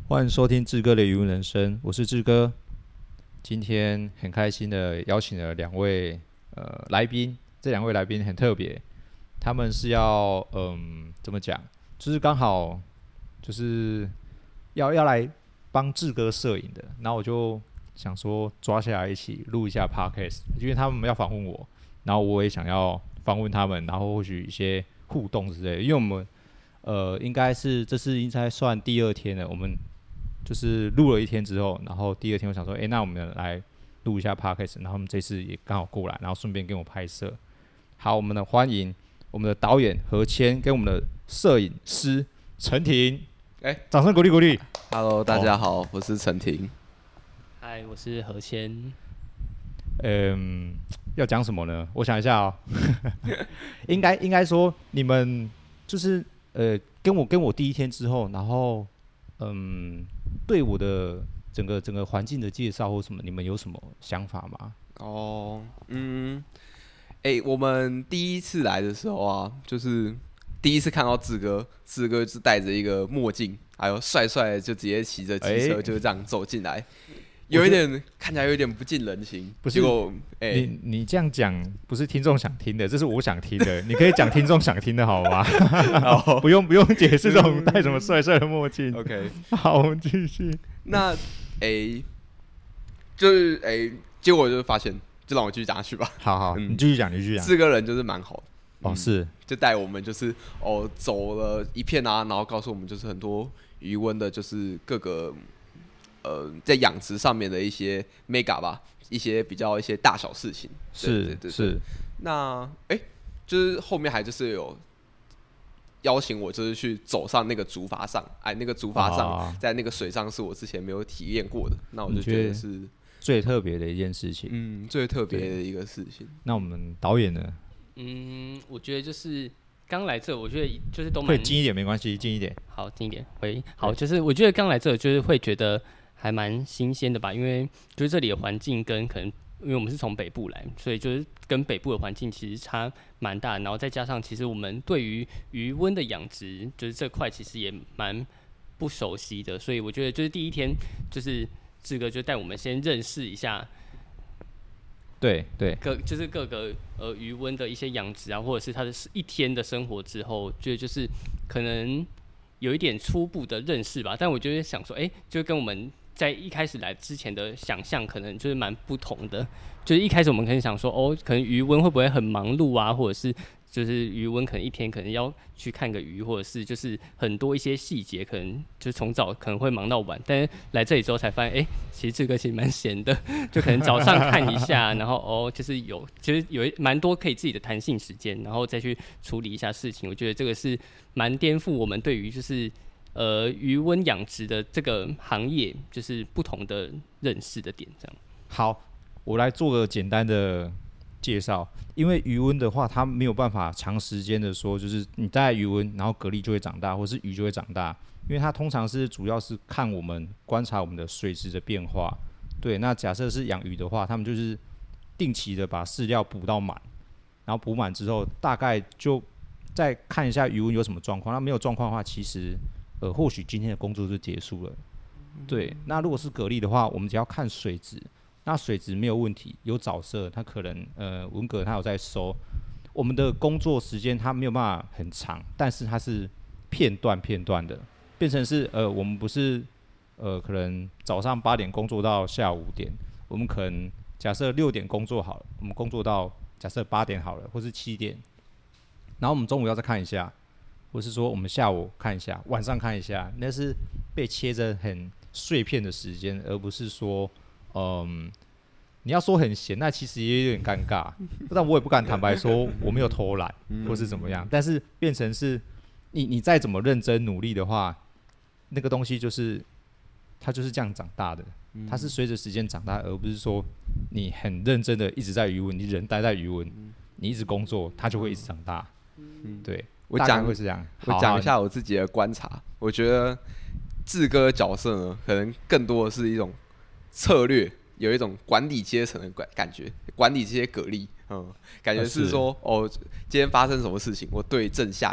欢迎收听志哥的语文人生，我是志哥。今天很开心的邀请了两位来宾，这两位来宾很特别，他们是要怎么讲，就是刚好就是要来帮志哥摄影的，然后我就想说抓下来一起录一下 podcast， 因为他们要访问我，然后我也想要访问他们，然后或许一些互动之类的，因为我们应该是这是应该算第二天了，我们就是录了一天之后，然后第二天我想说，那我们来录一下 podcast， 然后他们这次也刚好过来，然后顺便跟我拍摄。好，我们的欢迎我们的导演何谦跟我们的摄影师陈婷，掌声鼓励鼓励。 Hello， 大家好，我是陈婷。 嗨，我是何谦。 要讲什么呢？我想一下哦，应该说你们就是跟我第一天之后，然后对我的整个环境的介绍或什么，你们有什么想法吗？ 我们第一次来的时候啊，就是第一次看到志哥是戴着一个墨镜，还有帅帅的就直接骑着机车就这样走进来。有一点看起来有点不近人情， 不是？ 结果你这样讲不是听众想听的，这是我想听的。你可以讲听众想听的好吗？不用解释这种戴什么帅帅的墨镜。 OK， 好，我们继续。 那结果就发现，就让我继续讲下去吧。 好，你继续讲， 志哥人就是蛮好的。 是， 就带我们就是走了一片啊，然后告诉我们就是很多渔温的，就是各个。在养殖上面的一些 mega 吧，一些大小事情， 是。 那就是后面还就是有邀请我，就是去走上那个竹筏上，那个竹筏上，在那个水上是我之前没有体验过的，那我就觉得是最特别的一件事情， 最特别的一个事情。 那我们导演呢？ 我觉得就是刚来这，我觉得就是都会近一点没关系，近一点。 好，近一点。好，就是我觉得刚来这，就是会觉得。还蛮新鲜的吧，因为就是这里的环境跟可能，因为我们是从北部来，所以就是跟北部的环境其实差蛮大，然后再加上其实我们对于渔温的养殖，就是这块其实也蛮不熟悉的，所以我觉得就是第一天就是志哥就带我们先认识一下， 对， 就是各个渔温的一些养殖啊，或者是他的一天的生活之后，觉得就是可能有一点初步的认识吧，但我就想说，就跟我们。在一开始来之前的想象可能就是蛮不同的，就是一开始我们可能想说，可能渔温会不会很忙碌啊，或者是就是渔温可能一天可能要去看个鱼，或者是就是很多一些细节，可能就是从早可能会忙到晚，但是来这里之后才发现，其实这个其实蛮闲的，就可能早上看一下，然后就是有蛮多可以自己的弹性时间，然后再去处理一下事情。我觉得这个是蛮颠覆我们对于就是渔温养殖的这个行业，就是不同的认识的点，这样。 好，我来做个简单的介绍。因为渔温的话，它没有办法长时间的说，就是你带渔温，然后蛤蜊就会长大，或是鱼就会长大。因为它通常是主要是看我们观察我们的水质的变化。对，那假设是养鱼的话，他们就是定期的把饲料补到满，然后补满之后，大概就再看一下渔温有什么状况。那没有状况的话，其实或许今天的工作就结束了。对，那如果是蛤蜊的话，我们只要看水质，那水质没有问题，有藻色，它可能文蛤它有在收。我们的工作时间它没有办法很长，但是它是片段的，变成是我们不是可能早上8点工作到下午5点，我们可能假设6点工作好了，我们工作到假设8点好了，或是7点，然后我们中午要再看一下。或是说我们下午看一下，晚上看一下，那是被切着很碎片的时间，而不是说，你要说很闲，那其实也有点尴尬。但我也不敢坦白说我没有偷懒或是怎么样，但是变成是你再怎么认真努力的话，那个东西就是它就是这样长大的，它是随着时间长大，而不是说你很认真的一直在渔温，你人待在渔温，你一直工作，它就会一直长大。对。 我讲一下我自己的观察，我觉得志哥的角色呢，可能更多的是一种策略，有一种管理阶层的感觉，管理这些蛤蜊，感觉是说今天发生什么事情，我对症下药，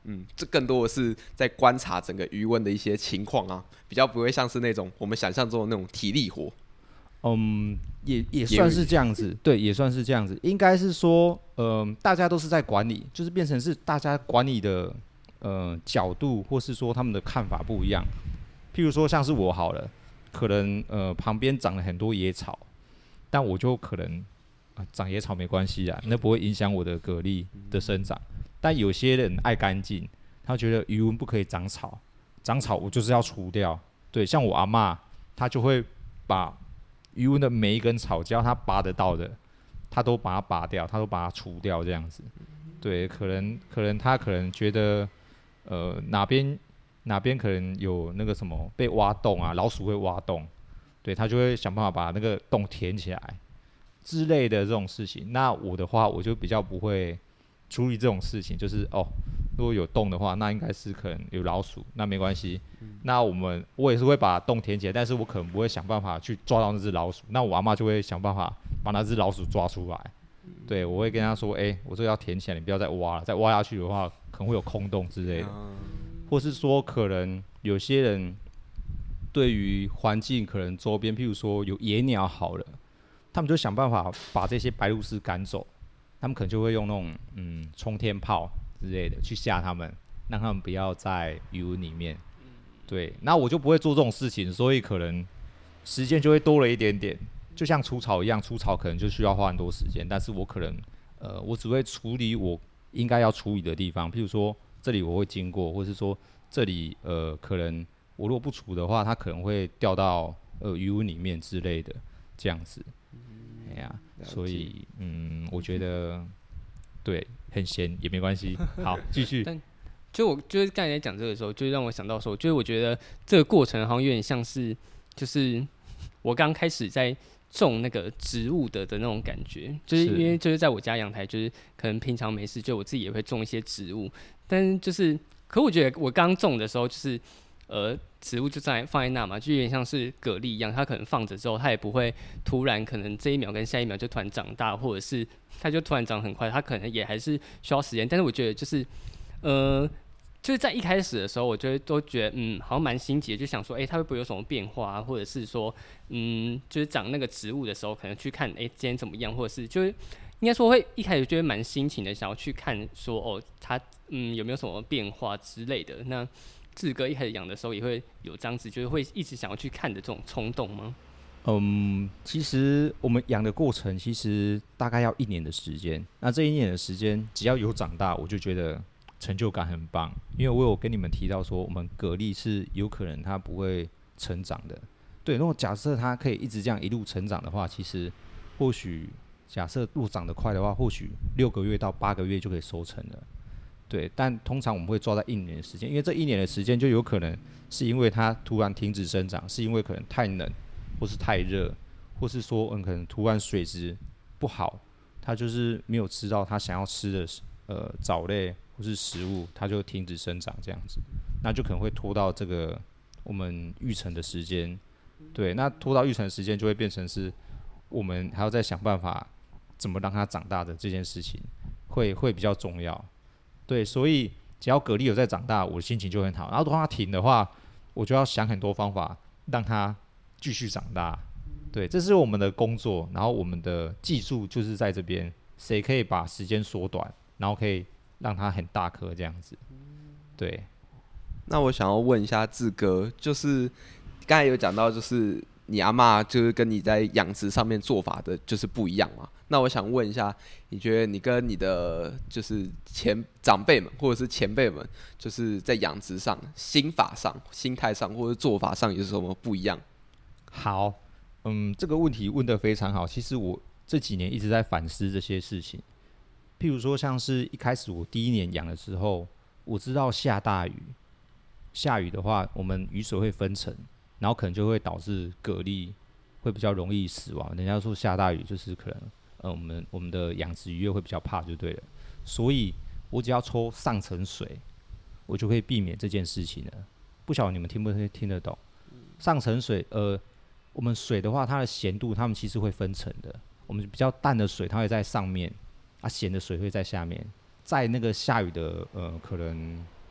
这更多的是在观察整个鱼塭的一些情况啊，比较不会像是那种我们想象中的那种体力活。 也算是这样子，对，也算是这样子。应该是说，大家都是在管理，就是变成是大家管理的角度，或是说他们的看法不一样。譬如说，像是我好了，可能旁边长了很多野草，但我就可能长野草没关系啊，那不会影响我的蛤蜊的生长。但有些人爱干净，他觉得鱼塭不可以长草，长草我就是要除掉。对，像我阿嬷，她就会把鱼塭的每一根草，只要他拔得到的，他都把它拔掉，他都把它除掉，这样子。对，可能他可能觉得，哪边可能有那个什么被挖洞啊，老鼠会挖洞，对他就会想办法把那个洞填起来之类的这种事情。那我的话，我就比较不会处理这种事情，就是如果有洞的话，那应该是可能有老鼠，那没关系。那我也是会把洞填起来，但是我可能不会想办法去抓到那只老鼠。那我阿嬷就会想办法把那只老鼠抓出来。对，我会跟她说，我这个要填起来，你不要再挖了，再挖下去的话，可能会有空洞之类的。或是说，可能有些人对于环境可能周边，譬如说有野鸟好了，他们就想办法把这些白鹭鸶赶走。他们可能就会用那种冲天炮之类的去吓他们，让他们不要在鱼塭里面。对，那我就不会做这种事情，所以可能时间就会多了一点点。就像除草一样，除草可能就需要花很多时间，但是我可能我只会处理我应该要处理的地方，譬如说这里我会经过，或是说这里可能我如果不除的话，它可能会掉到鱼塭里面之类的，这样子。所以我觉得对很闲也没关系。好，继续。 但我就是刚才在讲这个的时候，就让我想到说，就是我觉得这个过程好像有点像是，就是我刚开始在种那个植物的那种感觉，就是因为就是在我家阳台，就是可能平常没事，就我自己也会种一些植物，但就是可我觉得我刚种的时候就是。植物就放在那嘛，就有点像是蛤蜊一样，它可能放着之后，它也不会突然可能这一秒跟下一秒就突然长大，或者是它就突然长很快，它可能也还是需要时间。但是我觉得就是就是在一开始的时候，我都觉得好像蛮新奇的，就想说它会不会有什么变化啊，或者是说就是长那个植物的时候，可能去看今天怎么样，或者是就是应该说会一开始就会蛮心情的，想要去看说它有没有什么变化之类的。那志哥一开始养的时候也会有这样子，就是会一直想要去看的这种冲动吗？ 其实我们养的过程其实大概要1年的时间。那这1年的时间，只要有长大，我就觉得成就感很棒。因为我有跟你们提到说，我们蛤蜊是有可能它不会成长的。对，如果假设它可以一直这样一路成长的话，其实或许假设如果长得快的话，或许6个月到8个月就可以收成了。对，但通常我们会抓在1年的时间，因为这1年的时间就有可能是因为它突然停止生长，是因为可能太冷，或是太热，或是说可能突然水质不好，它就是没有吃到它想要吃的藻类或是食物，它就停止生长这样子，那就可能会拖到这个我们育成的时间。对，那拖到育成的时间就会变成是我们还要再想办法怎么让它长大的这件事情，会比较重要。对，所以只要蛤蜊有在长大，我的心情就很好。然后如果它停的话，我就要想很多方法让它继续长大。对，这是我们的工作，然后我们的技术就是在这边，谁可以把时间缩短，然后可以让它很大颗这样子。对。 那我想要问一下志哥，就是刚才有讲到，就是你阿嬷就是跟你在养殖上面做法的就是不一样嘛？那我想问一下，你觉得你跟你的就是长辈们或者是前辈们，就是在养殖上、心法上、心态上或者做法上有什么不一样？ 好，这个问题问得非常好。其实我这几年一直在反思这些事情。譬如说，像是一开始我第1年养的时候，我知道下大雨，下雨的话，我们雨水会分层，然后可能就会导致蛤蜊会比较容易死亡。人家说下大雨就是可能。我们的养殖渔业会比较怕就对了，所以我只要抽上层水，我就可以避免这件事情了。不晓得你们听不听得懂？上层水，我们水的话，它的咸度它们其实会分层的。我们比较淡的水，它会在上面，咸的水会在下面。在那个下雨的可能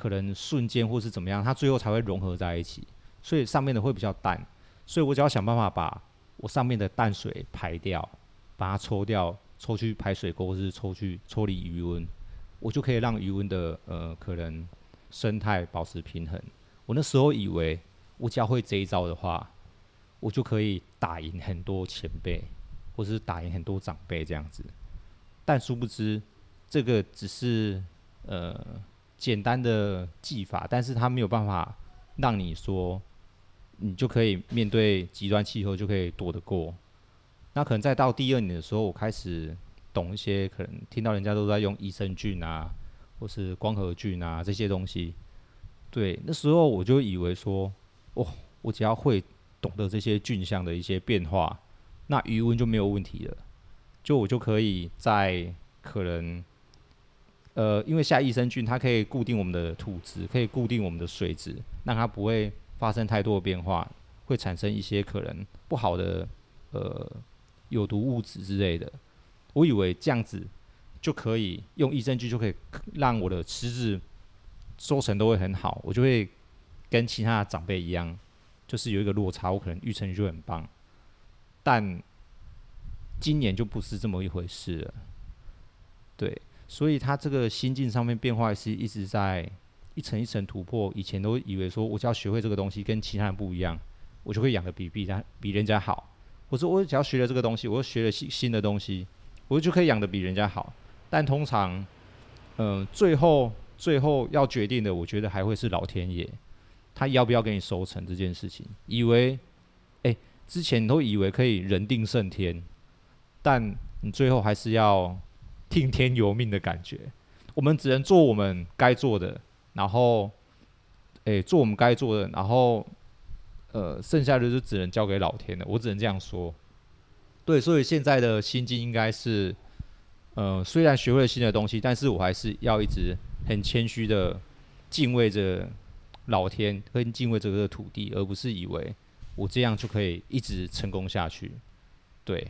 可能瞬间或是怎么样，它最后才会融合在一起，所以上面的会比较淡，所以我只要想办法把我上面的淡水排掉，把它抽掉，抽去排水沟，或是抽离余温，我就可以让余温的可能生态保持平衡。我那时候以为我只要会这一招的话，我就可以打赢很多前辈，或是打赢很多长辈这样子。但殊不知，这个只是简单的技法，但是它没有办法让你说你就可以面对极端气候就可以躲得过。那可能再到第2年的时候，我开始懂一些，可能听到人家都在用益生菌啊，或是光合菌啊这些东西。对，那时候我就以为说，我只要会懂得这些菌相的一些变化，那余温就没有问题了。我就可以在可能因为下益生菌，它可以固定我们的土质，可以固定我们的水质，让它不会发生太多的变化，会产生一些可能不好的有毒物质之类的。我以为这样子就可以用益生菌就可以让我的池子收成都会很好，我就会跟其他的长辈一样，就是有一个落差，我可能育成率就很棒。但今年就不是这么一回事了，对，所以它这个心境上面变化是一直在一层一层突破。以前都以为说我只要学会这个东西跟其他人不一样，我就会养得比人家好，或者我只要学了这个东西，我又学了新的东西，我就可以养得比人家好。但通常最后要决定的，我觉得还会是老天爷，他要不要给你收成这件事情。以为之前都以为可以人定胜天，但你最后还是要听天由命的感觉。我们只能做我们该做的，然后做我们该做的，然后剩下的就只能交给老天了。我只能这样说。对，所以现在的心境应该是虽然学会了新的东西，但是我还是要一直很谦虚的敬畏着老天跟敬畏着这个土地，而不是以为我这样就可以一直成功下去。对，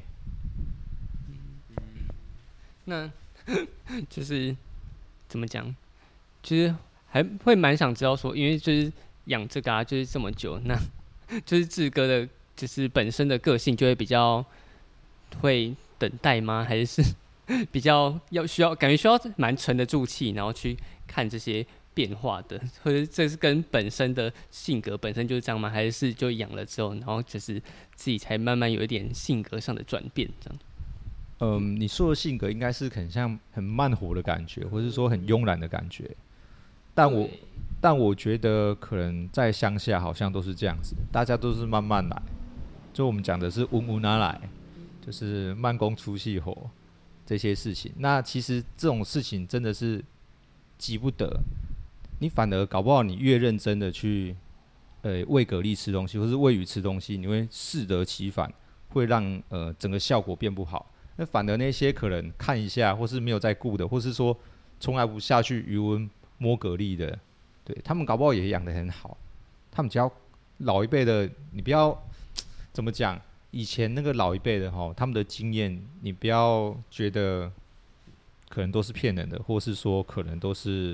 那就是怎么讲，就是还会蛮想知道说，因为就是养这个就是这么久，那就是志哥的，就是本身的个性就会比较会等待吗？还是比较感觉需要蛮沉得住气，然后去看这些变化的，或者这是跟本身的性格本身就是这样吗？还是就养了之后，然后就是自己才慢慢有一点性格上的转变这样？ 你说的性格应该是很像很慢活的感觉，或是说很慵懒的感觉。但我觉得可能在乡下好像都是这样子，大家都是慢慢来。就我们讲的是稳稳来，就是慢工出细活这些事情。那其实这种事情真的是急不得，你反而搞不好你越认真的去喂蛤蜊吃东西，或是喂鱼吃东西，你会适得其反，会让整个效果变不好。那反而那些可能看一下，或是没有在顾的，或是说从来不下去渔温摸蛤蜊的，对他们搞不好也养得很好。他们只要老一辈的，你不要怎么讲，以前那个老一辈的他们的经验，你不要觉得可能都是骗人的，或是说可能都是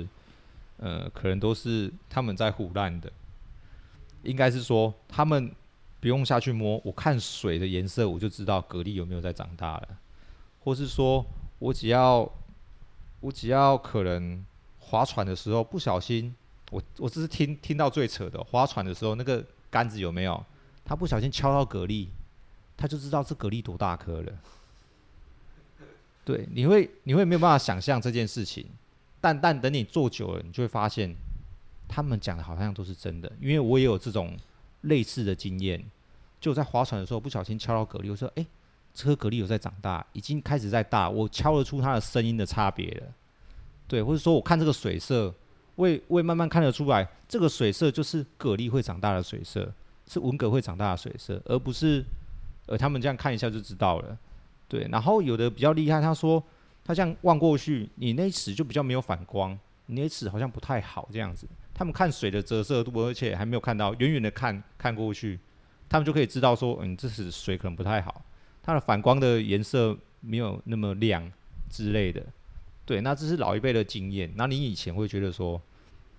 他们在唬烂的。应该是说他们不用下去摸，我看水的颜色我就知道蛤蜊有没有在长大了。或是说我只要可能划船的时候不小心，我这是听到最扯的，划船的时候那个杆子有没有，他不小心敲到蛤蜊，他就知道这蛤蜊多大颗了。对，你会没有办法想象这件事情，但等你做久了，你就会发现他们讲的好像都是真的。因为我也有这种类似的经验，就在划船的时候不小心敲到蛤蜊，我说这颗蛤蜊有在长大，已经开始在大，我敲得出它的声音的差别了。对，或者说我看这个水色，我也慢慢看得出来，这个水色就是蛤蜊会长大的水色，是文蛤会长大的水色，而不是他们这样看一下就知道了。对，然后有的比较厉害，他说他这样望过去，你那一尺就比较没有反光，你那一尺好像不太好这样子。他们看水的折射度，而且还没有看到，远远的看过去，他们就可以知道说，这是水可能不太好，它的反光的颜色没有那么亮之类的。对，那这是老一辈的经验。那你以前会觉得说，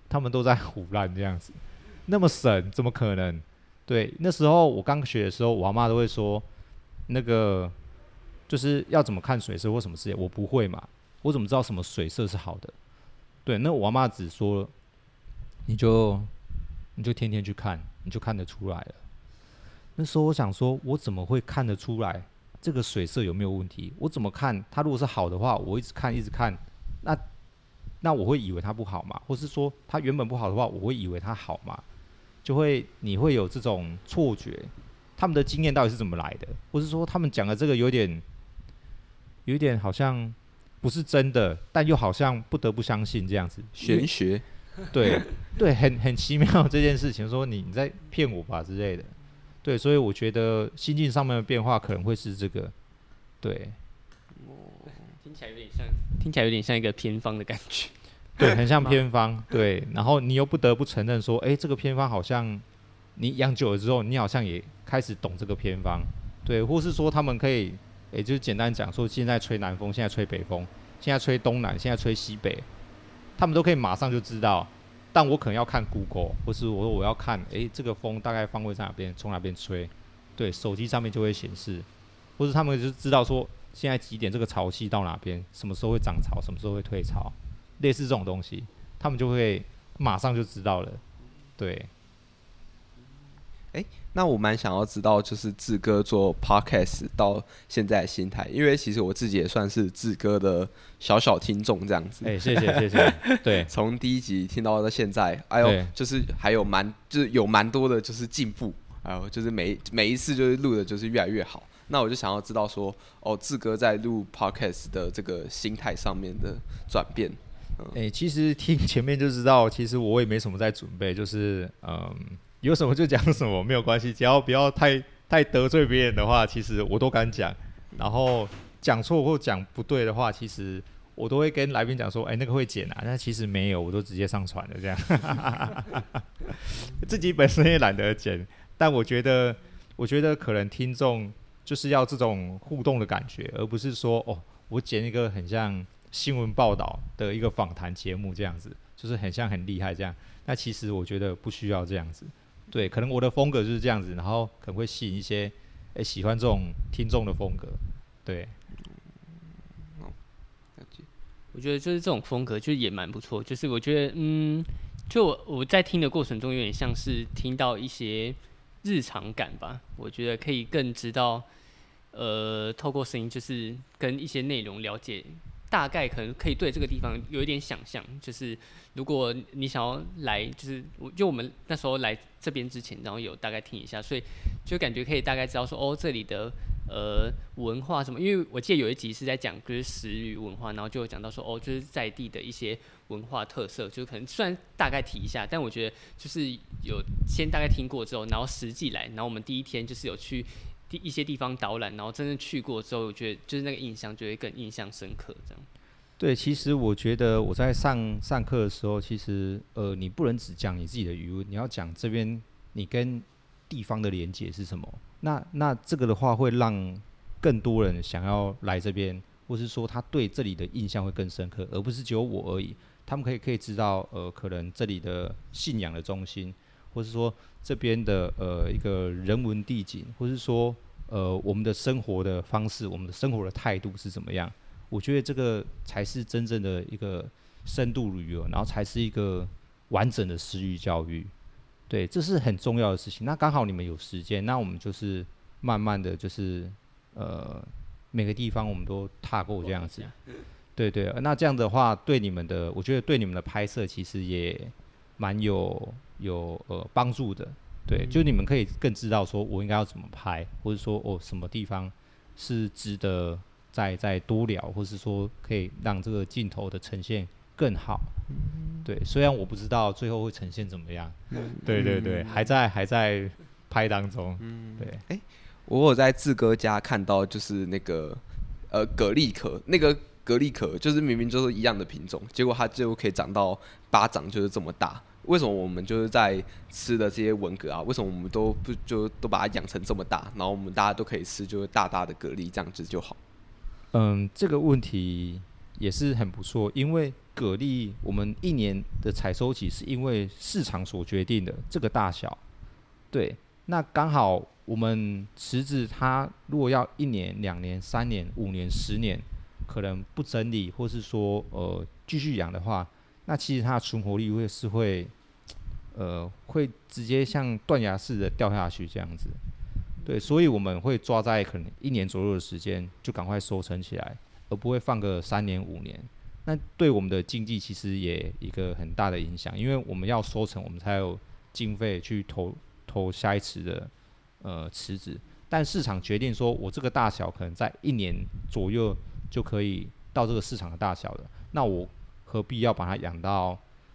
他们都在唬烂这样子，那么省怎么可能？对，那时候我刚学的时候，我阿妈都会说，那个就是要怎么看水色或什么之类，我不会嘛，我怎么知道什么水色是好的？对，那我阿妈只说，你就天天去看，你就看得出来了。那时候我想说，我怎么会看得出来这个水色有没有问题？我怎么看它？如果是好的话，我一直看一直看，那我会以为它不好嘛？或是说它原本不好的话，我会以为它好嘛？你会有这种错觉，他们的经验到底是怎么来的？或是说他们讲的这个有点好像不是真的，但又好像不得不相信这样子， 玄学。 对对，很奇妙这件事情，说你在骗我吧之类的。对，所以我觉得心境上面的变化可能会是这个，对。 听起来有点像一个偏方的感觉。 对，很像偏方。对，然后你又不得不承认说，这个偏方好像你养久了之后，你好像也开始懂这个偏方。对，或是说他们可以，就是简单讲说，现在吹南风，现在吹北风，现在吹东南，现在吹西北，他们都可以马上就知道。但我可能要看 Google， 或是我要看，这个风大概方位在哪边，从哪边吹，对，手机上面就会显示，或是他们就知道说现在几点，这个潮汐到哪边，什么时候会涨潮，什么时候会退潮，类似这种东西，他们就会马上就知道了，对。 那我蛮想要知道，就是志哥做 podcast 到现在的心态，因为其实我自己也算是志哥的小听众这样子。 谢谢。对， 从第一集听到现在，就是还有就是有蛮多的，就是进步，还有就是每一次就是录的就是越来越好。那我就想要知道说，志哥在录 podcast 的这个心态上面的转变。 其实听前面就知道，其实我也没什么在准备，就是有什么就讲什么，没有关系，只要不要太得罪别人的话，其实我都敢讲。然后讲错或讲不对的话，其实我都会跟来宾讲说，那个会剪啊，但其实没有，我都直接上传了这样。自己本身也懒得剪，但我觉得可能听众就是要这种互动的感觉，而不是说我剪一个很像新闻报道的一个访谈节目这样子，就是很像很厉害这样。那其实我觉得不需要这样子。对，可能我的风格就是这样子，然后可能会吸引一些喜欢这种听众的风格。对， 我觉得就是这种风格就也蛮不错，就是我觉得就我在听的过程中有点像是听到一些日常感吧，我觉得可以更知道透过声音就是跟一些内容了解，大概可能可以对这个地方有一点想象，就是如果你想要来，就是我们那时候来这边之前，然后有大概听一下，所以就感觉可以大概知道说这里的文化什么，因为我记得有一集是在讲就是食语文化，然后就有讲到说就是在地的一些文化特色，就可能虽然大概提一下，但我觉得就是有先大概听过之后，然后实际来，然后我们第一天就是有去一些地方导览，然后真正去过之后，我觉得就是那个印象就会更印象深刻，这样。 对，其实我觉得我在上课的时候，其实你不能只讲你自己的语文，你要讲这边你跟地方的连结是什么。那这个的话会让更多人想要来这边，或是说他对这里的印象会更深刻，而不是只有我而已。他们可以知道可能这里的信仰的中心，或是说这边的一个人文地景，或是说我们的生活的方式，我们的生活的态度是怎么样。我觉得这个才是真正的一个深度旅游，然后才是一个完整的食育教育。对，这是很重要的事情。那刚好你们有时间，那我们就是慢慢的就是每个地方我们都踏过这样子。对，那这样的话对你们的，我觉得对你们的拍摄其实也蛮有帮助的。对，就你们可以更知道说我应该要怎么拍，或者说什么地方是值得再多聊，或是说可以让这个镜头的呈现更好。对，虽然我不知道最后会呈现怎么样。对，还在拍当中。对， 我有在志哥家看到，就是那个蛤蜊壳，那个蛤蜊壳就是明明就是一样的品种，结果它最后可以长到巴掌就是这么大。为什么我们就是在吃的这些文蛤啊？为什么我们都把它养成这么大，然后我们大家都可以吃就是大大的蛤蜊这样子就好？ 这个问题也是很不错，因为蛤蜊我们一年的采收期是因为市场所决定的这个大小，对，那刚好我们池子它如果要1年、2年、3年、5年、10年，可能不整理或是说继续养的话，那其实它的存活率会直接像断崖式的掉下去这样子。对，所以我们会抓在可能1年左右的时间就赶快收成起来，而不会放个3年5年。那对我们的经济其实也一个很大的影响，因为我们要收成，我们才有经费去投下一池的池子。但市场决定说，我这个大小可能在1年左右就可以到这个市场的大小了，那我何必要把它养到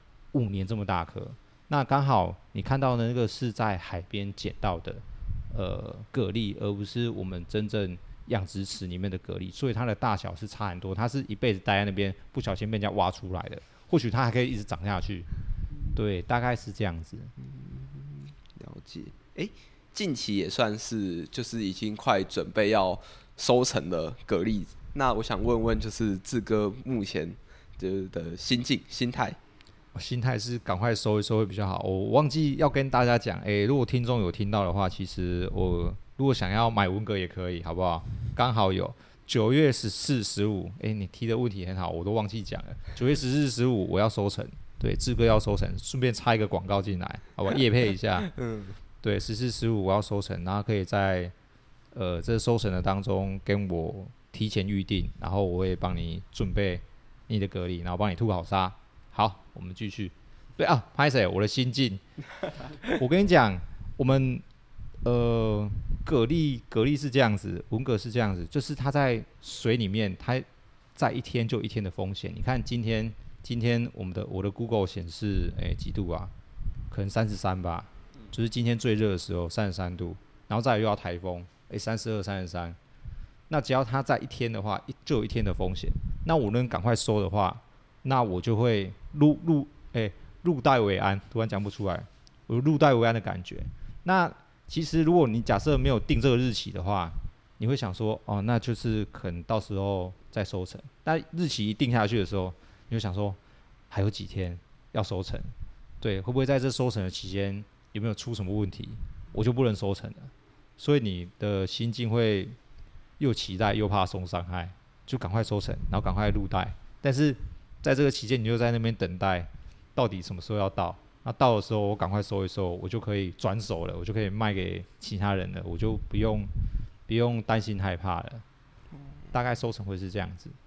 5年这么大颗？那刚好你看到的那个是在海边捡到的蛤蜊，而不是我们真正养殖池里面的蛤蜊，所以它的大小是差很多。它是一辈子待在那边，不小心被人家挖出来的，或许它还可以一直长下去。对，大概是这样子。 了解。近期也算是就是已经快准备要收成的蛤蜊，那我想问问，就是志哥目前的心态。 心态是赶快收一收会比较好。我忘记要跟大家讲，如果听众有听到的话，其实我如果想要买文蛤也可以，好不好？刚好有9月14、15，你提的问题很好，我都忘记讲了。9月14、15我要收成，对，志哥要收成，顺便插一个广告进来，好吧？业配一下。对，14、15我要收成，然后可以在这收成的当中跟我提前预定，然后我会帮你准备你的蛤蜊，然后帮你吐好沙。好，我们继续。对啊，拍谁？我的心境。我跟你讲，我们蛤蜊是这样子，文蛤是这样子，就是它在水里面，它在一天就一天的风险。你看今天我的 Google 显示几度啊？可能33吧，就是今天最热的时候33度，然后再来又要台风，32、33。那只要它在一天的话，就有一天的风险。那我能赶快收的话，那我就会入袋为安，突然讲不出来，我入袋为安的感觉。那其实如果你假设没有定这个日期的话，你会想说，那就是可能到时候再收成。但日期一定下去的时候，你会想说，还有几天要收成，对，会不会在这收成的期间有没有出什么问题，我就不能收成了。所以你的心境会又期待又怕受伤害，就赶快收成，然后赶快入袋。但是在这个期间，你就在那边等待，到底什么时候要到？那到的时候，我赶快收一收，我就可以转手了，我就可以卖给其他人了，我就不用担心害怕了。大概收成会是这样子。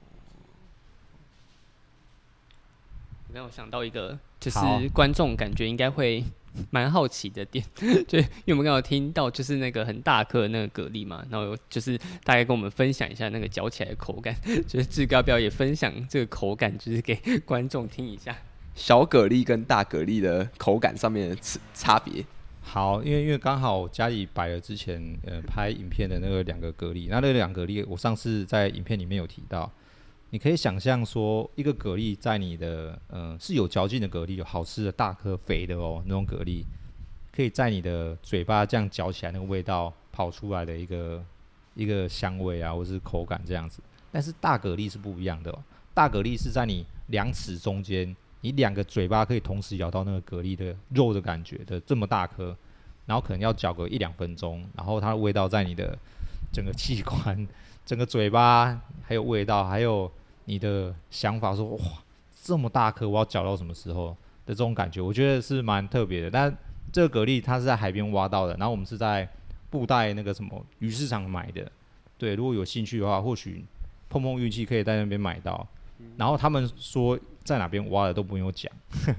让我想到一个，就是观众感觉应该会蛮好奇的点，就因为我们刚刚有听到就是那个很大颗的那个蛤蜊嘛，然后就是大概跟我们分享一下那个嚼起来的口感，就是志哥要不要也分享这个口感，就是给观众听一下小蛤蜊跟大蛤蜊的口感上面的差别。 好，因为刚好家里摆了之前拍影片的那个2个蛤蜊，那2个蛤蜊我上次在影片里面有提到。你可以想象说，一个蛤蜊在你的是有嚼劲的蛤蜊，有好吃的大颗肥的那种蛤蜊，可以在你的嘴巴这样嚼起来，那个味道跑出来的一个香味啊，或是口感这样子。但是大蛤蜊是不一样的大蛤蜊是在你2齿中间，你2个嘴巴可以同时咬到那个蛤蜊的肉的感觉的这么大颗，然后可能要嚼个1-2分钟，然后它的味道在你的整个器官、整个嘴巴还有味道，还有你的想法说，哇，这么大颗，我要嚼到什么时候的这种感觉，我觉得是蛮特别的。但这个蛤蜊它是在海边挖到的，然后我们是在布袋那个什么鱼市场买的。对，如果有兴趣的话，或许碰运气可以在那边买到。然后他们说在哪边挖的都不用讲，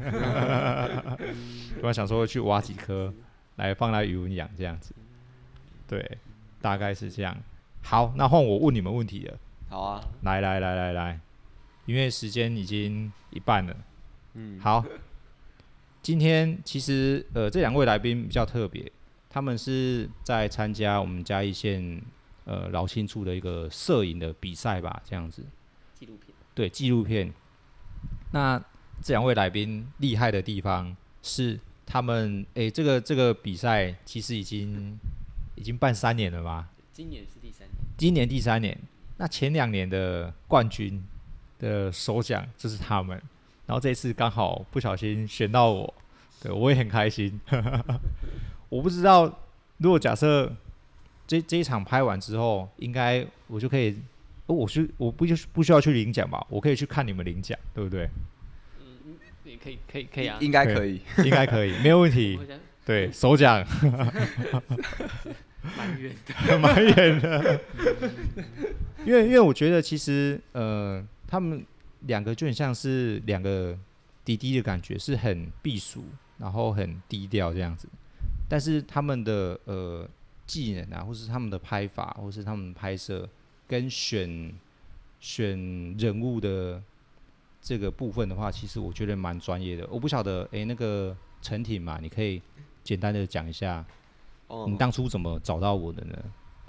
突然想说去挖几颗来放在鱼塭养这样子。对，大概是这样。好，那换我问你们问题了。 好啊， 来，因为时间已经一半了。好，今天其实这2位来宾比较特别，他们是在参加我们嘉义县劳青处的一个摄影的比赛吧，这样子。 纪录片。 对，纪录片。那这2位来宾厉害的地方是，他们这个比赛其实已经办3年了吧？ 今年是第3年。 今年第3年。那前2年的冠军的首奖就是他们，然后这一次刚好不小心选到我，对我也很开心。我不知道，如果假设这一场拍完之后，应该我就可以，我不需要去领奖吧？我可以去看你们领奖，对不对？ 也可以啊， 应该可以， 应该可以，没有问题。对，首奖蛮远的， 蛮远的。因为我觉得其实他们两个就很像是两个弟弟的感觉，是很避俗，然后很低调这样子。但是他们的技能啊，或是他们的拍法，或是他们拍摄跟选人物的这个部分的话，其实我觉得蛮专业的。我不晓得，那个陈挺嘛，你可以简单的讲一下，你当初怎么找到我的呢？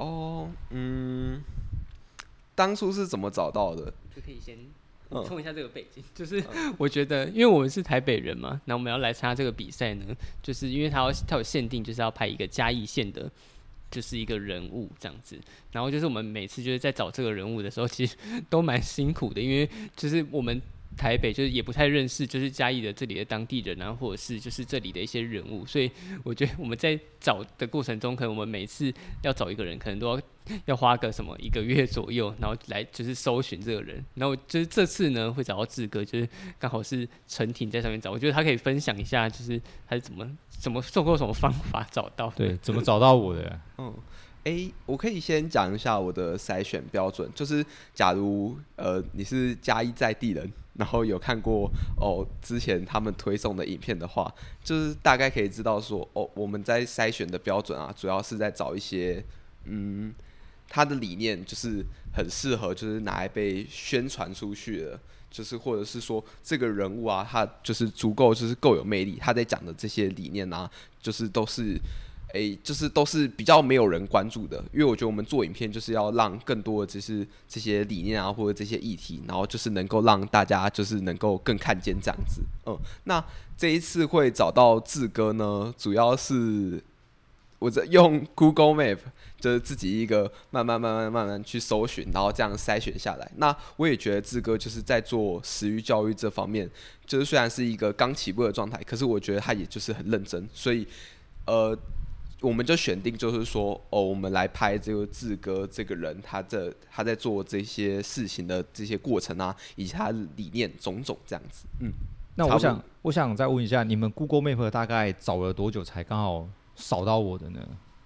当初是怎么找到的？ 就可以先冲一下这个背景，就是我觉得，因为我们是台北人嘛，那我们要来参加这个比赛呢，就是因为它有限定，就是要拍一个嘉义县的。就是一个人物这样子，然后就是我们每次就是在找这个人物的时候，其实都蛮辛苦的，因为就是我们台北就是也不太认识，就是嘉义的这里的当地人啊，或者是就是这里的一些人物，所以我觉得我们在找的过程中，可能我们每次要找一个人，可能都要花个什么1个月左右，然后来就是搜寻这个人，然后就是这次呢会找到志哥，就是刚好是陈挺在上面找，我觉得他可以分享一下，就是他是怎么透过什么方法找到的， 对，怎么找到我的？ 我可以先讲一下我的筛选标准，就是假如你是嘉义在地人，然后有看过之前他们推送的影片的话，就是大概可以知道说我们在筛选的标准啊，主要是在找一些他的理念就是很适合就是拿来被宣传出去的，就是或者是说这个人物啊，他就是足够就是够有魅力，他在讲的这些理念啊，就是都是比较没有人关注的，因为我觉得我们做影片就是要让更多的就是这些理念啊，或者这些议题，然后就是能够让大家就是能够更看见这样子。那这一次会找到志哥呢，主要是我在用 Google Map， 就是自己一个慢慢去搜寻，然后这样筛选下来。那我也觉得志哥就是在做食育教育这方面，就是虽然是一个刚起步的状态，可是我觉得他也就是很认真，所以我们就选定就是说我们来拍这个志哥这个人，他在做这些事情的这些过程啊，以及他的理念种种这样子。 那我想再问一下，你们 Google Map 大概找了多久才刚好扫到我的呢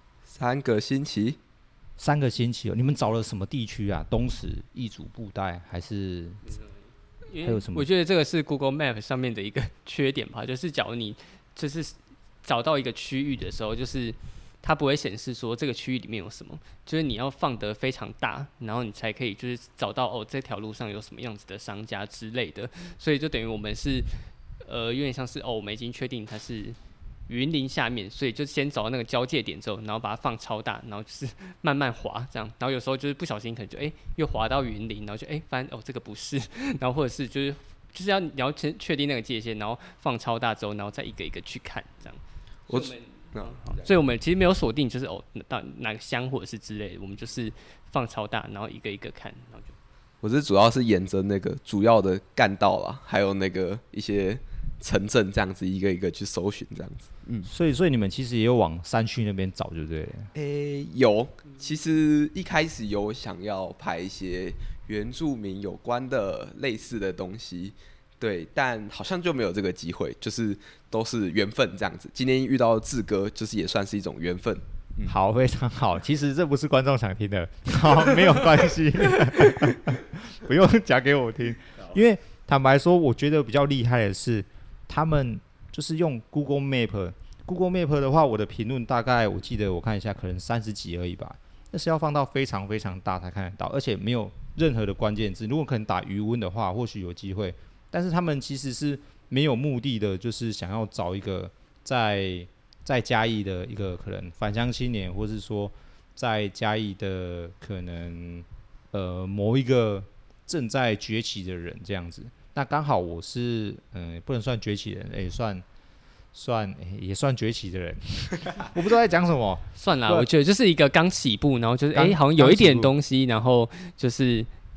？3个星期。 3个星期你们找了什么地区啊？东石、义竹、布袋，还是还有什么？ 我觉得这个是 Google Map 上面的一个缺点吧，就是假如你就是找到一个区域的时候，就是它不会显示说这个区域里面有什么，就是你要放得非常大，然后你才可以就是找到这条路上有什么样子的商家之类的，所以就等于我们是有点像是我们已经确定它是云林下面，所以就先找到那个交界点之后，然后把它放超大，然后就是慢慢滑这样，然后有时候就是不小心可能就又滑到云林，然后就发现这个不是，然后或者是就是你要先确定那个界限，然后放超大之后，然后再一个一个去看这样。所以我们其实没有锁定，就是到哪个乡或者是之类的，我们就是放超大，然后一个一个看，然后就。 我是主要是沿着那个主要的干道啦，还有那个一些城镇这样子一个一个去搜寻这样子。 所以你们其实也有往山区那边找，对不对？ 有，其实一开始有想要拍一些原住民有关的类似的东西。对，但好像就没有这个机会，就是都是缘分这样子。今天遇到志哥，就是也算是一种缘分。 好，非常好。其实这不是观众想听的，好，没有关系，不用讲给我听。因为坦白说，我觉得比较厉害的是，他们就是用 Google Map。Google Map 的话，我的评论大概我记得我看一下，可能30几而已吧。但是要放到非常非常大才看得到，而且没有任何的关键字。如果可能打余温的话，或许有机会。但是他们其实是没有目的的，就是想要找一个在嘉义的一个可能返乡青年，或是说在嘉义的可能某一个正在崛起的人这样子。那刚好我是不能算崛起人，也算崛起的人，我不知道在讲什么。 算啦，我觉得就是一个刚起步，然后就是好像有一点东西，然后就是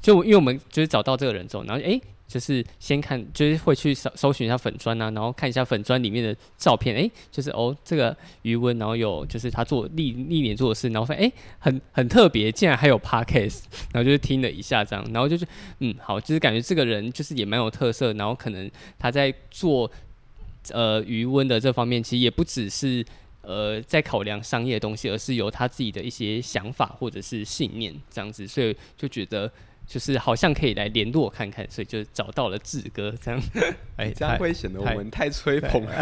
就因为我们就是找到这个人之后，然后就是先看，就是会去搜寻一下粉专啊，然后看一下粉专里面的照片，就是这个余温，然后有就是他做历年做的事，然后发现很特别，竟然还有 podcast， 然后就是听了一下这样，然后就是好，就是感觉这个人就是也蛮有特色，然后可能他在做余温的这方面，其实也不只是在考量商业的东西，而是有他自己的一些想法或者是信念这样子，所以就觉得。就是好像可以来联络看看，所以就找到了志哥这样。 这样会显得我们太吹捧了。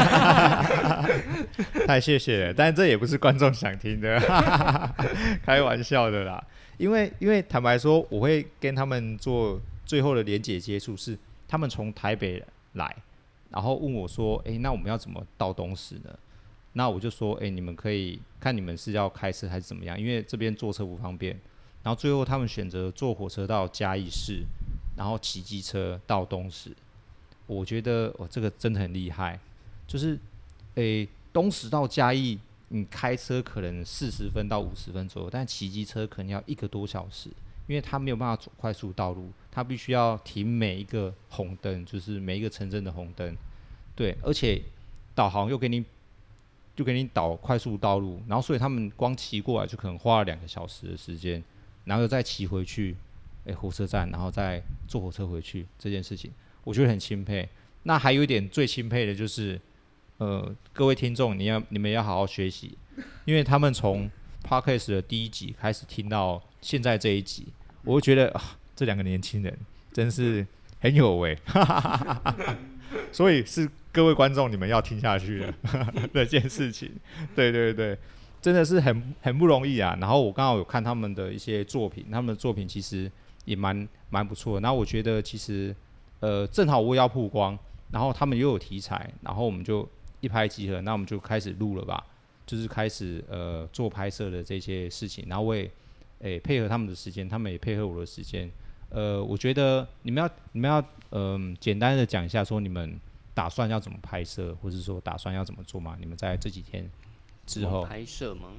太谢谢了，但这也不是观众想听的，开玩笑的啦。因为坦白说，我会跟他们做最后的连结接触，是他们从台北来，然后问我说：“那我们要怎么到东石呢？”那我就说：“你们可以看你们是要开车还是怎么样，因为这边坐车不方便。”然后最后他们选择坐火车到嘉义市，然后骑机车到东石。我觉得这个真的很厉害，就是东石到嘉义，你开车可能40分到50分左右，但骑机车可能要1个多小时，因为他没有办法走快速道路，他必须要停每一个红灯，就是每一个城镇的红灯。对，而且导航又给你导快速道路，然后所以他们光骑过来就可能花了2个小时的时间。然后又再骑回去，火车站，然后再坐火车回去，这件事情我觉得很钦佩。那还有一点最钦佩的就是，各位听众，你们要好好学习，因为他们从 Podcast 的第1集开始听到现在这一集，我会觉得这2个年轻人真是很有为，所以是各位观众你们要听下去的这件事情，对对对。真的是很不容易啊！然后我刚好有看他们的一些作品，他们的作品其实也蛮不错的。然后我觉得其实正好我也要曝光，然后他们又有题材，然后我们就一拍即合，那我们就开始录了吧，就是开始做拍摄的这些事情。然后我也配合他们的时间，他们也配合我的时间。我觉得你们要简单的讲一下，说你们打算要怎么拍摄，或是说打算要怎么做吗？你们在这几天之后拍摄吗？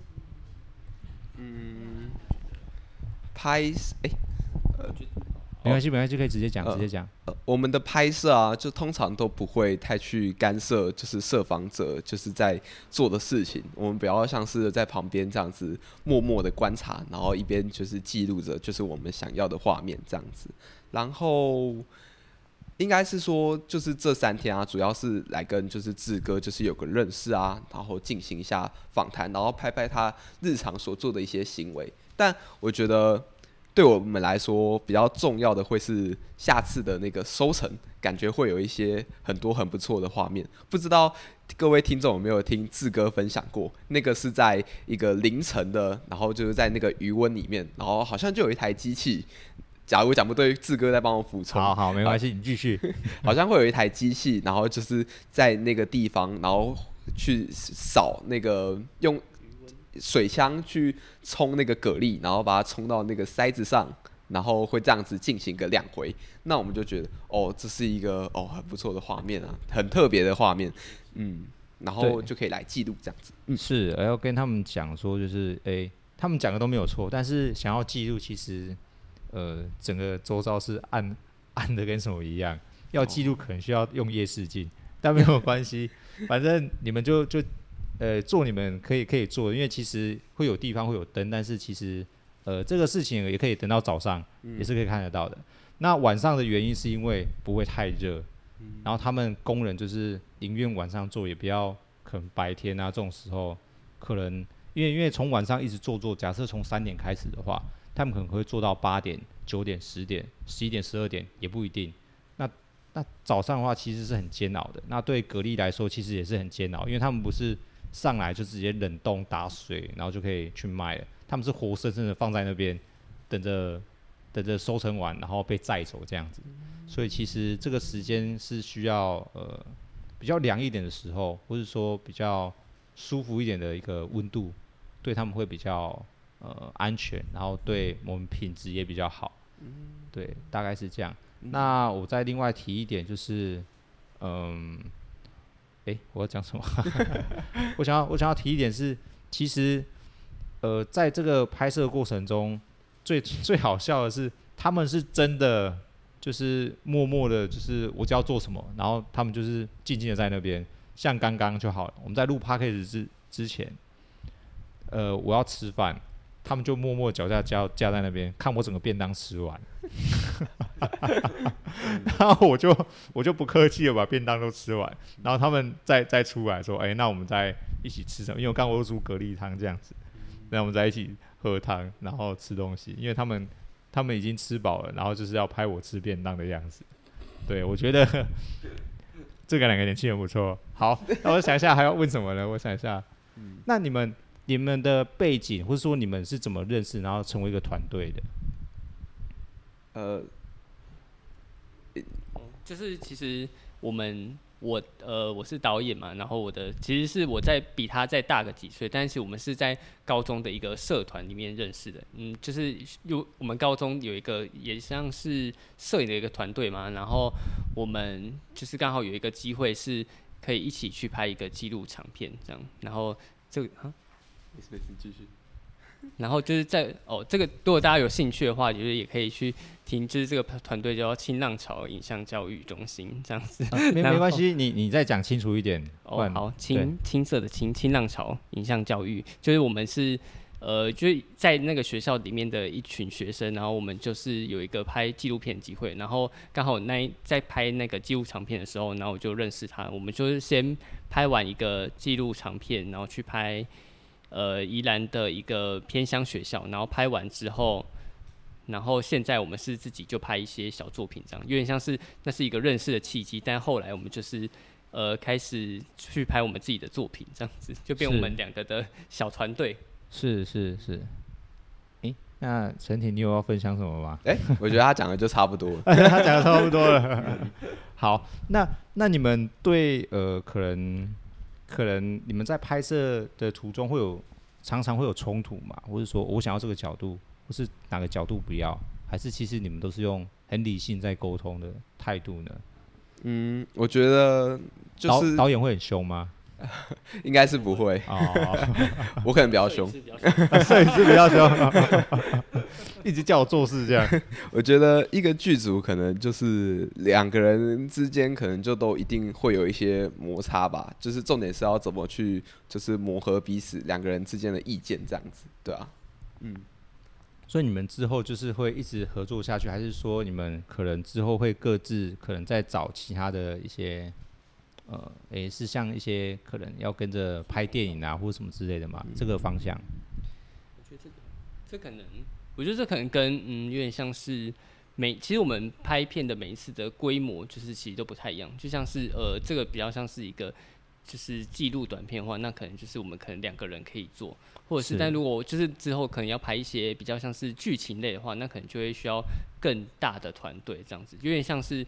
没关系，可以直接讲， 我们的拍摄啊，就通常都不会太去干涉，就是摄访者就是在做的事情。我们比较像是在旁边这样子默默的观察，然后一边就是记录着，就是我们想要的画面这样子。然后应该是说，就是这3天啊，主要是来跟就是志哥就是有个认识啊，然后进行一下访谈，然后拍拍他日常所做的一些行为。但我觉得对我们来说比较重要的会是下次的那个收成，感觉会有一些很多很不错的画面。不知道各位听众有没有听志哥分享过？那个是在一个凌晨的，然后就是在那个余温里面，然后好像就有一台机器。假如我讲不对，志哥再帮我补充。 好，没关系，你继续。 好像会有一台机器，然后就是在那个地方，然后去扫那个用水枪去冲那个蛤蜊，然后把它冲到那个塞子上，然后会这样子进行个2回。那我们就觉得，这是一个很不错的画面啊，很特别的画面，然后就可以来记录这样子。 是，要跟他们讲说，就是他们讲的都没有错，但是想要记录，其实。整个周遭是暗的跟什么一样，要记录可能需要用夜视镜，但没有关系，反正你们就做你们可以做，因为其实会有地方会有灯，但是其实这个事情也可以等到早上，也是可以看得到的。那晚上的原因是因为不会太热，然后他们工人就是宁愿晚上做，也不要可能白天啊这种时候，可能因为从晚上一直做，假设从3点开始的话。他们可能会做到8点、9点、10点、11点、12点，也不一定。那早上的话，其实是很煎熬的。那对蛤蜊来说，其实也是很煎熬，因为他们不是上来就直接冷冻打水，然后就可以去卖了。他们是活生生的放在那边，等着收成完，然后被载走这样子。所以其实这个时间是需要比较凉一点的时候，或是说比较舒服一点的一个温度，对他们会比较。安全，然后对我们品质也比较好，对，大概是这样。那我再另外提一点，就是，我要讲什么？我想要提一点是，其实，在这个拍摄过程中，最好笑的是， 他们是真的就是默默的，就是我知道做什么，然后他们就是静静的在那边，像刚刚就好了。我们在录 podcast 之前，我要吃饭，他们就默默脚架在那边，看我整个便当吃完，然后我就不客气的把便当都吃完，然后他们再出来说，那我们再一起吃什么？因为我刚刚我煮蛤蜊汤这样子，那我们再一起喝汤，然后吃东西，因为他们已经吃饱了，然后就是要拍我吃便当的样子。对，我觉得这个两个年轻人不错。好，那我想一下还要问什么呢？我想一下，那你们的背景，或者说你们是怎么认识，然后成为一个团队的？ 就是其实我是导演嘛，然后其实是我比他再大个几岁，但是我们是在高中的一个社团里面认识的。就是我们高中有一个也像是摄影的一个团队嘛，然后我们就是刚好有一个机会是可以一起去拍一个纪录长片这样，然后这个没事继续。 然后就是这个如果大家有兴趣的话，就是也可以去听，就是这个团队叫新浪潮影像教育中心这样子。 没关系，你再讲清楚一点。 好，青色的新浪潮影像教育，就是我们是就是在那个学校里面的一群学生，然后我们就是有一个拍纪录片的机会，然后刚好在拍那个纪录长片的时候，然后我就认识他，我们就是先拍完一个纪录长片，然后去拍宜兰的一个偏乡学校，然后拍完之后，然后现在我们是自己就拍一些小作品，这样有点像是那是一个认识的契机，但后来我们就是开始去拍我们自己的作品，这样子就变我们两个的小团队。 是。那陈婷，你有要分享什么吗？ 我觉得他讲的就差不多了。 他讲的差不多了。好，那你们对可能你们在拍摄的途中常常会有冲突嘛？或者说我想要这个角度，或是哪个角度不要，还是其实你们都是用很理性在沟通的态度呢？ 我觉得就是导演会很凶吗？ 应该是不会我可能比较凶， 摄影师比较凶，一直叫我做事这样。 我觉得一个剧组可能就是两个人之间可能就都一定会有一些摩擦吧，就是重点是要怎么去就是磨合彼此两个人之间的意见这样子，对啊。 所以你们之后就是会一直合作下去，还是说你们可能之后会各自可能再找其他的一些是像一些可能要跟着拍电影啊或什么之类的嘛？这个方向， 我觉得我觉得这可能跟有点像是其实我们拍片的每一次的规模就是其实都不太一样，就像是这个比较像是一个就是记录短片的话，那可能就是我们可能两个人可以做，或者是但如果就是之后可能要拍一些比较像是剧情类的话，那可能就会需要更大的团队这样子，有点像是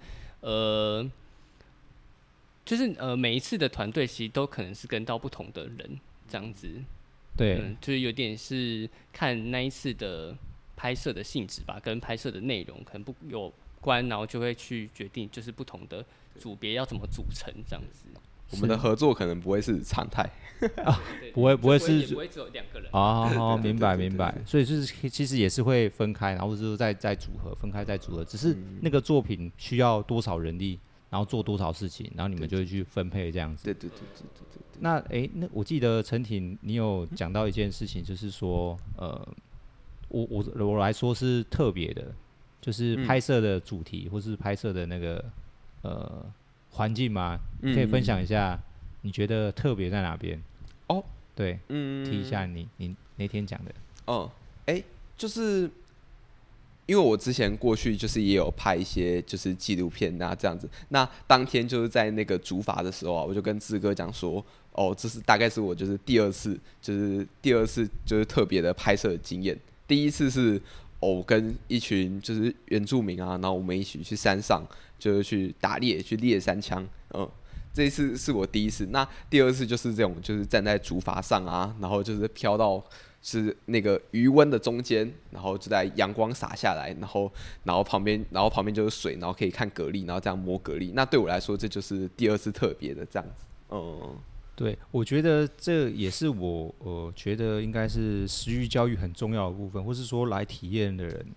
就是每一次的团队其实都可能是跟到不同的人这样子， 对， 就是有点是看那一次的拍摄的性质吧，跟拍摄的内容可能不有关，然后就会去决定就是不同的组别要怎么组成这样子。 我们的合作可能不会是常态不会是也不会只有两个人明白。所以就是其实也是会分开，然后就是再组合，分开再组合，只是那个作品需要多少人力，然后做多少事情，然后你们就会去分配这样子。 对。 那我记得陈婷，你有讲到一件事情，就是说我来说是特别的，就是拍摄的主题或是拍摄的那个环境吗？可以分享一下你觉得特别在哪边？对，提一下你那天讲的。 就是因为我之前过去就是也有拍一些就是纪录片啊这样子，那当天就是在那个主法的时候啊，我就跟志哥讲说，这是大概是我就是第二次就是特别的拍摄经验。第一次是我跟一群就是原住民啊，然后我们一起去山上就是去打猎，去猎山枪，这一次是我第一次。那第二次就是这种，就是站在竹筏上啊，然后就是飘到是那个余温的中间，然后就在阳光洒下来，然后旁边就是水，然后可以看蛤蜊，然后这样摸蛤蜊。那对我来说，这就是第二次特别的这样子。 对，我觉得这也是我觉得应该是食育教育很重要的部分，或是说来体验的人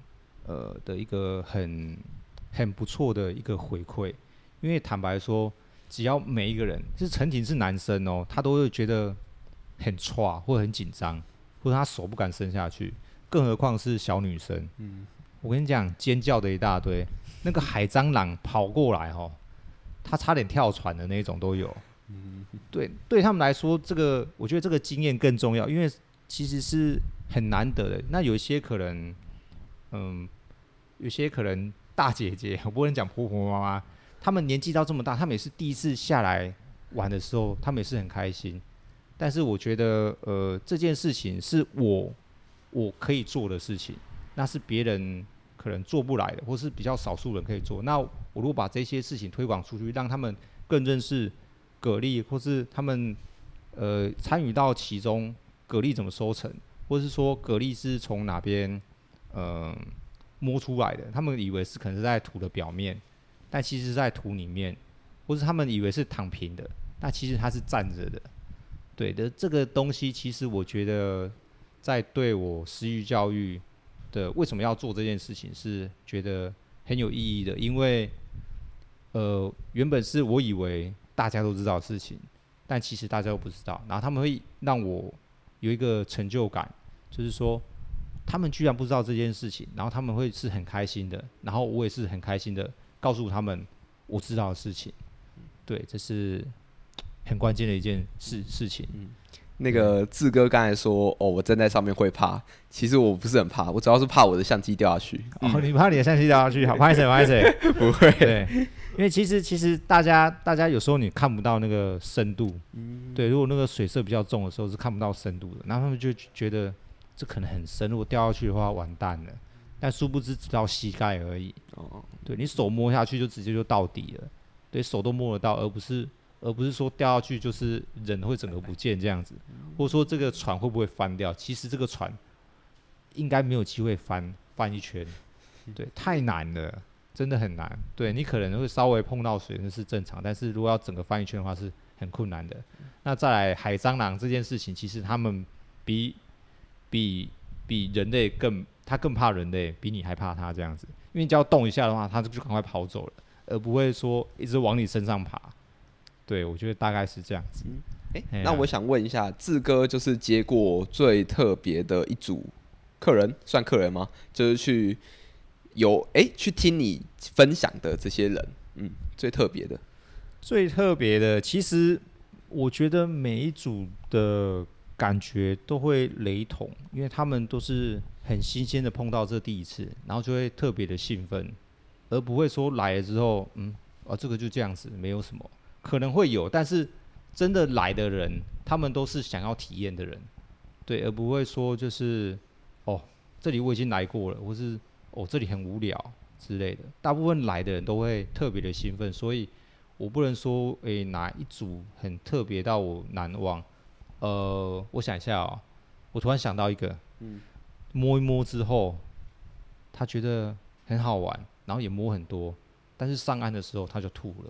的一个很不错的一个回馈，因为坦白说，只要每一个人，是陈婷是男生哦，他都会觉得很挫或很紧张，或者他手不敢伸下去，更何况是小女生。我跟你讲，尖叫的一大堆，那个海蟑螂跑过来哦，他差点跳船的那种都有。对他们来说，我觉得这个经验更重要，因为其实是很难得的。那有一些可能，有些可能大姐姐，我不能讲婆婆妈妈，他们年纪到这么大，他们也是第一次下来玩的时候，他们也是很开心。但是我觉得，这件事情是我可以做的事情，那是别人可能做不来的，或是比较少数人可以做。那我如果把这些事情推广出去，让他们更认识蛤蜊，或是他们参与到其中，蛤蜊怎么收成，或是说蛤蜊是从哪边摸出来的，他们以为是可能是在土的表面，但其实是在土里面，或是他们以为是躺平的，那其实它是站着的。对的，这个东西其实我觉得在对我私域教育的为什么要做这件事情是觉得很有意义的，因为原本是我以为大家都知道的事情，但其实大家都不知道，然后他们会让我有一个成就感，就是说他们居然不知道这件事情，然后他们会是很开心的，然后我也是很开心的告诉他们我知道的事情。对，这是很关键的一件事情。 那个志哥刚才说，我站在上面会怕，其实我不是很怕，我主要是怕我的相机掉下去。 你怕你的相机掉下去，好，拍谁？ 不会， 对，因为其实大家有时候你看不到那个深度，对，如果那个水色比较重的时候是看不到深度的，然后他们就觉得这可能很深，如果掉下去的话完蛋了，但殊不知只到膝盖而已。对，你手摸下去就直接就到底了，对手都摸得到，而不是说掉下去就是人会整个不见这样子，或者说这个船会不会翻掉？其实这个船应该没有机会翻一圈，对，太难了，真的很难。对，你可能会稍微碰到水那是正常，但是如果要整个翻一圈的话是很困难的。那再来海蟑螂这件事情，其实他们比人类他更怕人类，比你还怕他这样子，因为你只要动一下的话，他就赶快跑走了，而不会说一直往你身上爬。对，我觉得大概是这样子。 那我想问一下，志哥就是接过最特别的一组客人，算客人吗？就是去听你分享的这些人，最特别的，其实我觉得每一组的感觉都会雷同，因为他们都是很新鲜的碰到这第一次，然后就会特别的兴奋，而不会说来了之后，这个就这样子，没有什么。可能会有，但是真的来的人，他们都是想要体验的人，对，而不会说就是这里我已经来过了，或是这里很无聊之类的。大部分来的人都会特别的兴奋，所以我不能说哪一组很特别到我难忘。我想一下我突然想到一个，摸一摸之后，他觉得很好玩，然后也摸很多，但是上岸的时候他就吐了。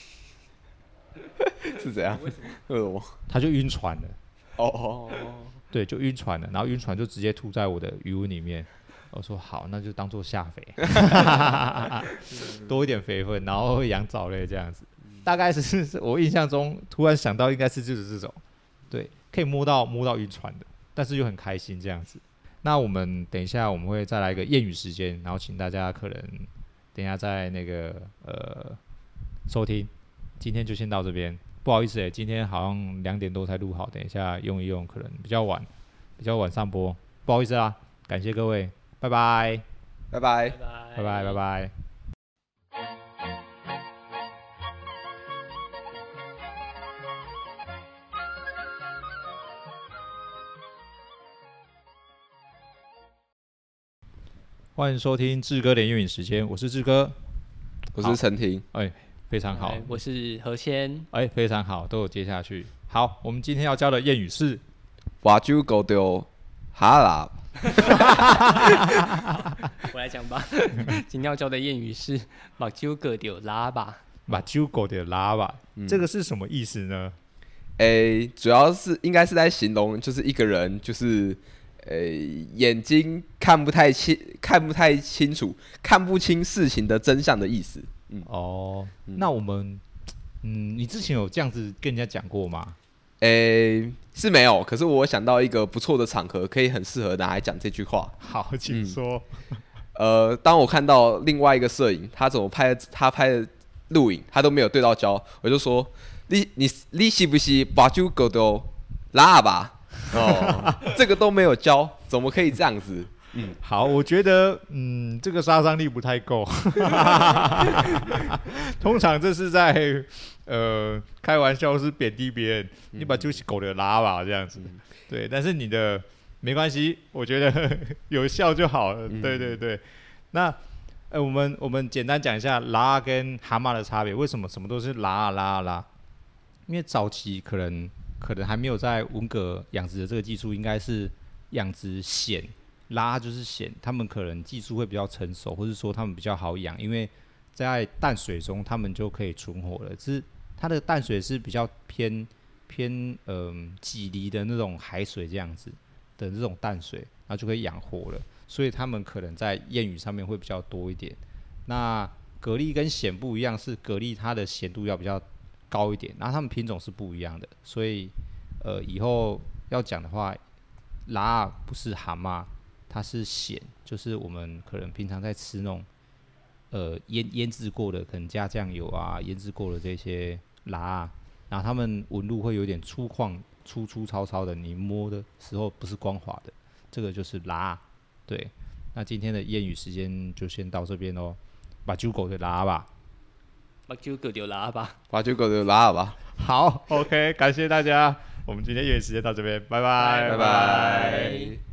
是怎样？为什么？ 他就晕船了。对，就晕船了，然后晕船就直接吐在我的鱼塭里面。我说好，那就当做下肥，多一点肥分，然后会养藻类这样子。大概是我印象中突然想到，应该是就是这种，对，可以摸到晕船的，但是又很开心这样子。那我们等一下我们会再来一个谚语时间，然后请大家可能等一下在那个收听。今天就先到这边，不好意思今天好像2点多才录好，等一下用一用，可能比较晚上播，不好意思啦，感谢各位，拜拜， 拜拜， 拜拜，拜拜。欢迎收听志哥的谚语时间，我是志哥， 我是陈婷， 非常好， 我是何先， 非常好，都有接下去。好，我们今天要教的谚语是把酒搞丢哈啦。 我来讲吧，今天要教的谚语是把酒搞丢拉吧。 把酒搞丢拉吧，这个是什么意思呢？ 主要是应该是在形容，就是一个人就是眼睛看不太清楚，看不清事情的真相的意思。 那我们，你之前有这样子跟人家讲过吗？ 是没有，可是我想到一个不错的场合，可以很适合拿来讲这句话。 好，请说。 当我看到另外一个摄影，他拍的录影，他都没有对到焦，我就说，你是不是把酒搞到拉吧？这个都没有教，怎么可以这样子？ 好，我觉得这个杀伤力不太够。通常这是在开玩笑，是贬低别人。你把就是狗的拉吧这样子，对。但是你的没关系，我觉得有效就好了。对对对。那我们简单讲一下拉跟蛤蟆的差别。为什么什么都是拉啊拉啊拉？因为早期可能还没有在文蛤养殖的这个技术，应该是养殖蚬，拉就是蚬，他们可能技术会比较成熟，或是说他们比较好养，因为在淡水中他们就可以存活了。只是它的淡水是比较偏几离的那种海水这样子的这种淡水，然后就可以养活了，所以他们可能在谚语上面会比较多一点。那蛤蜊跟蚬不一样，是蛤蜊它的咸度要比较高一点，然后它们品种是不一样的，所以以后要讲的话，拉不是蛤蟆，它是蚬，就是我们可能平常在吃那种腌制过的，可能加酱油啊，腌制过的这些拉，然后它们纹路会有点粗犷、粗糙的，你摸的时候不是光滑的，这个就是拉。对，那今天的谚语时间就先到这边咯，把酒狗的拉吧。 把酒狗就拉吧， 把酒狗就拉吧。 好 ，OK， 感谢大家，我们今天谚语时间到这边，拜拜， 拜拜。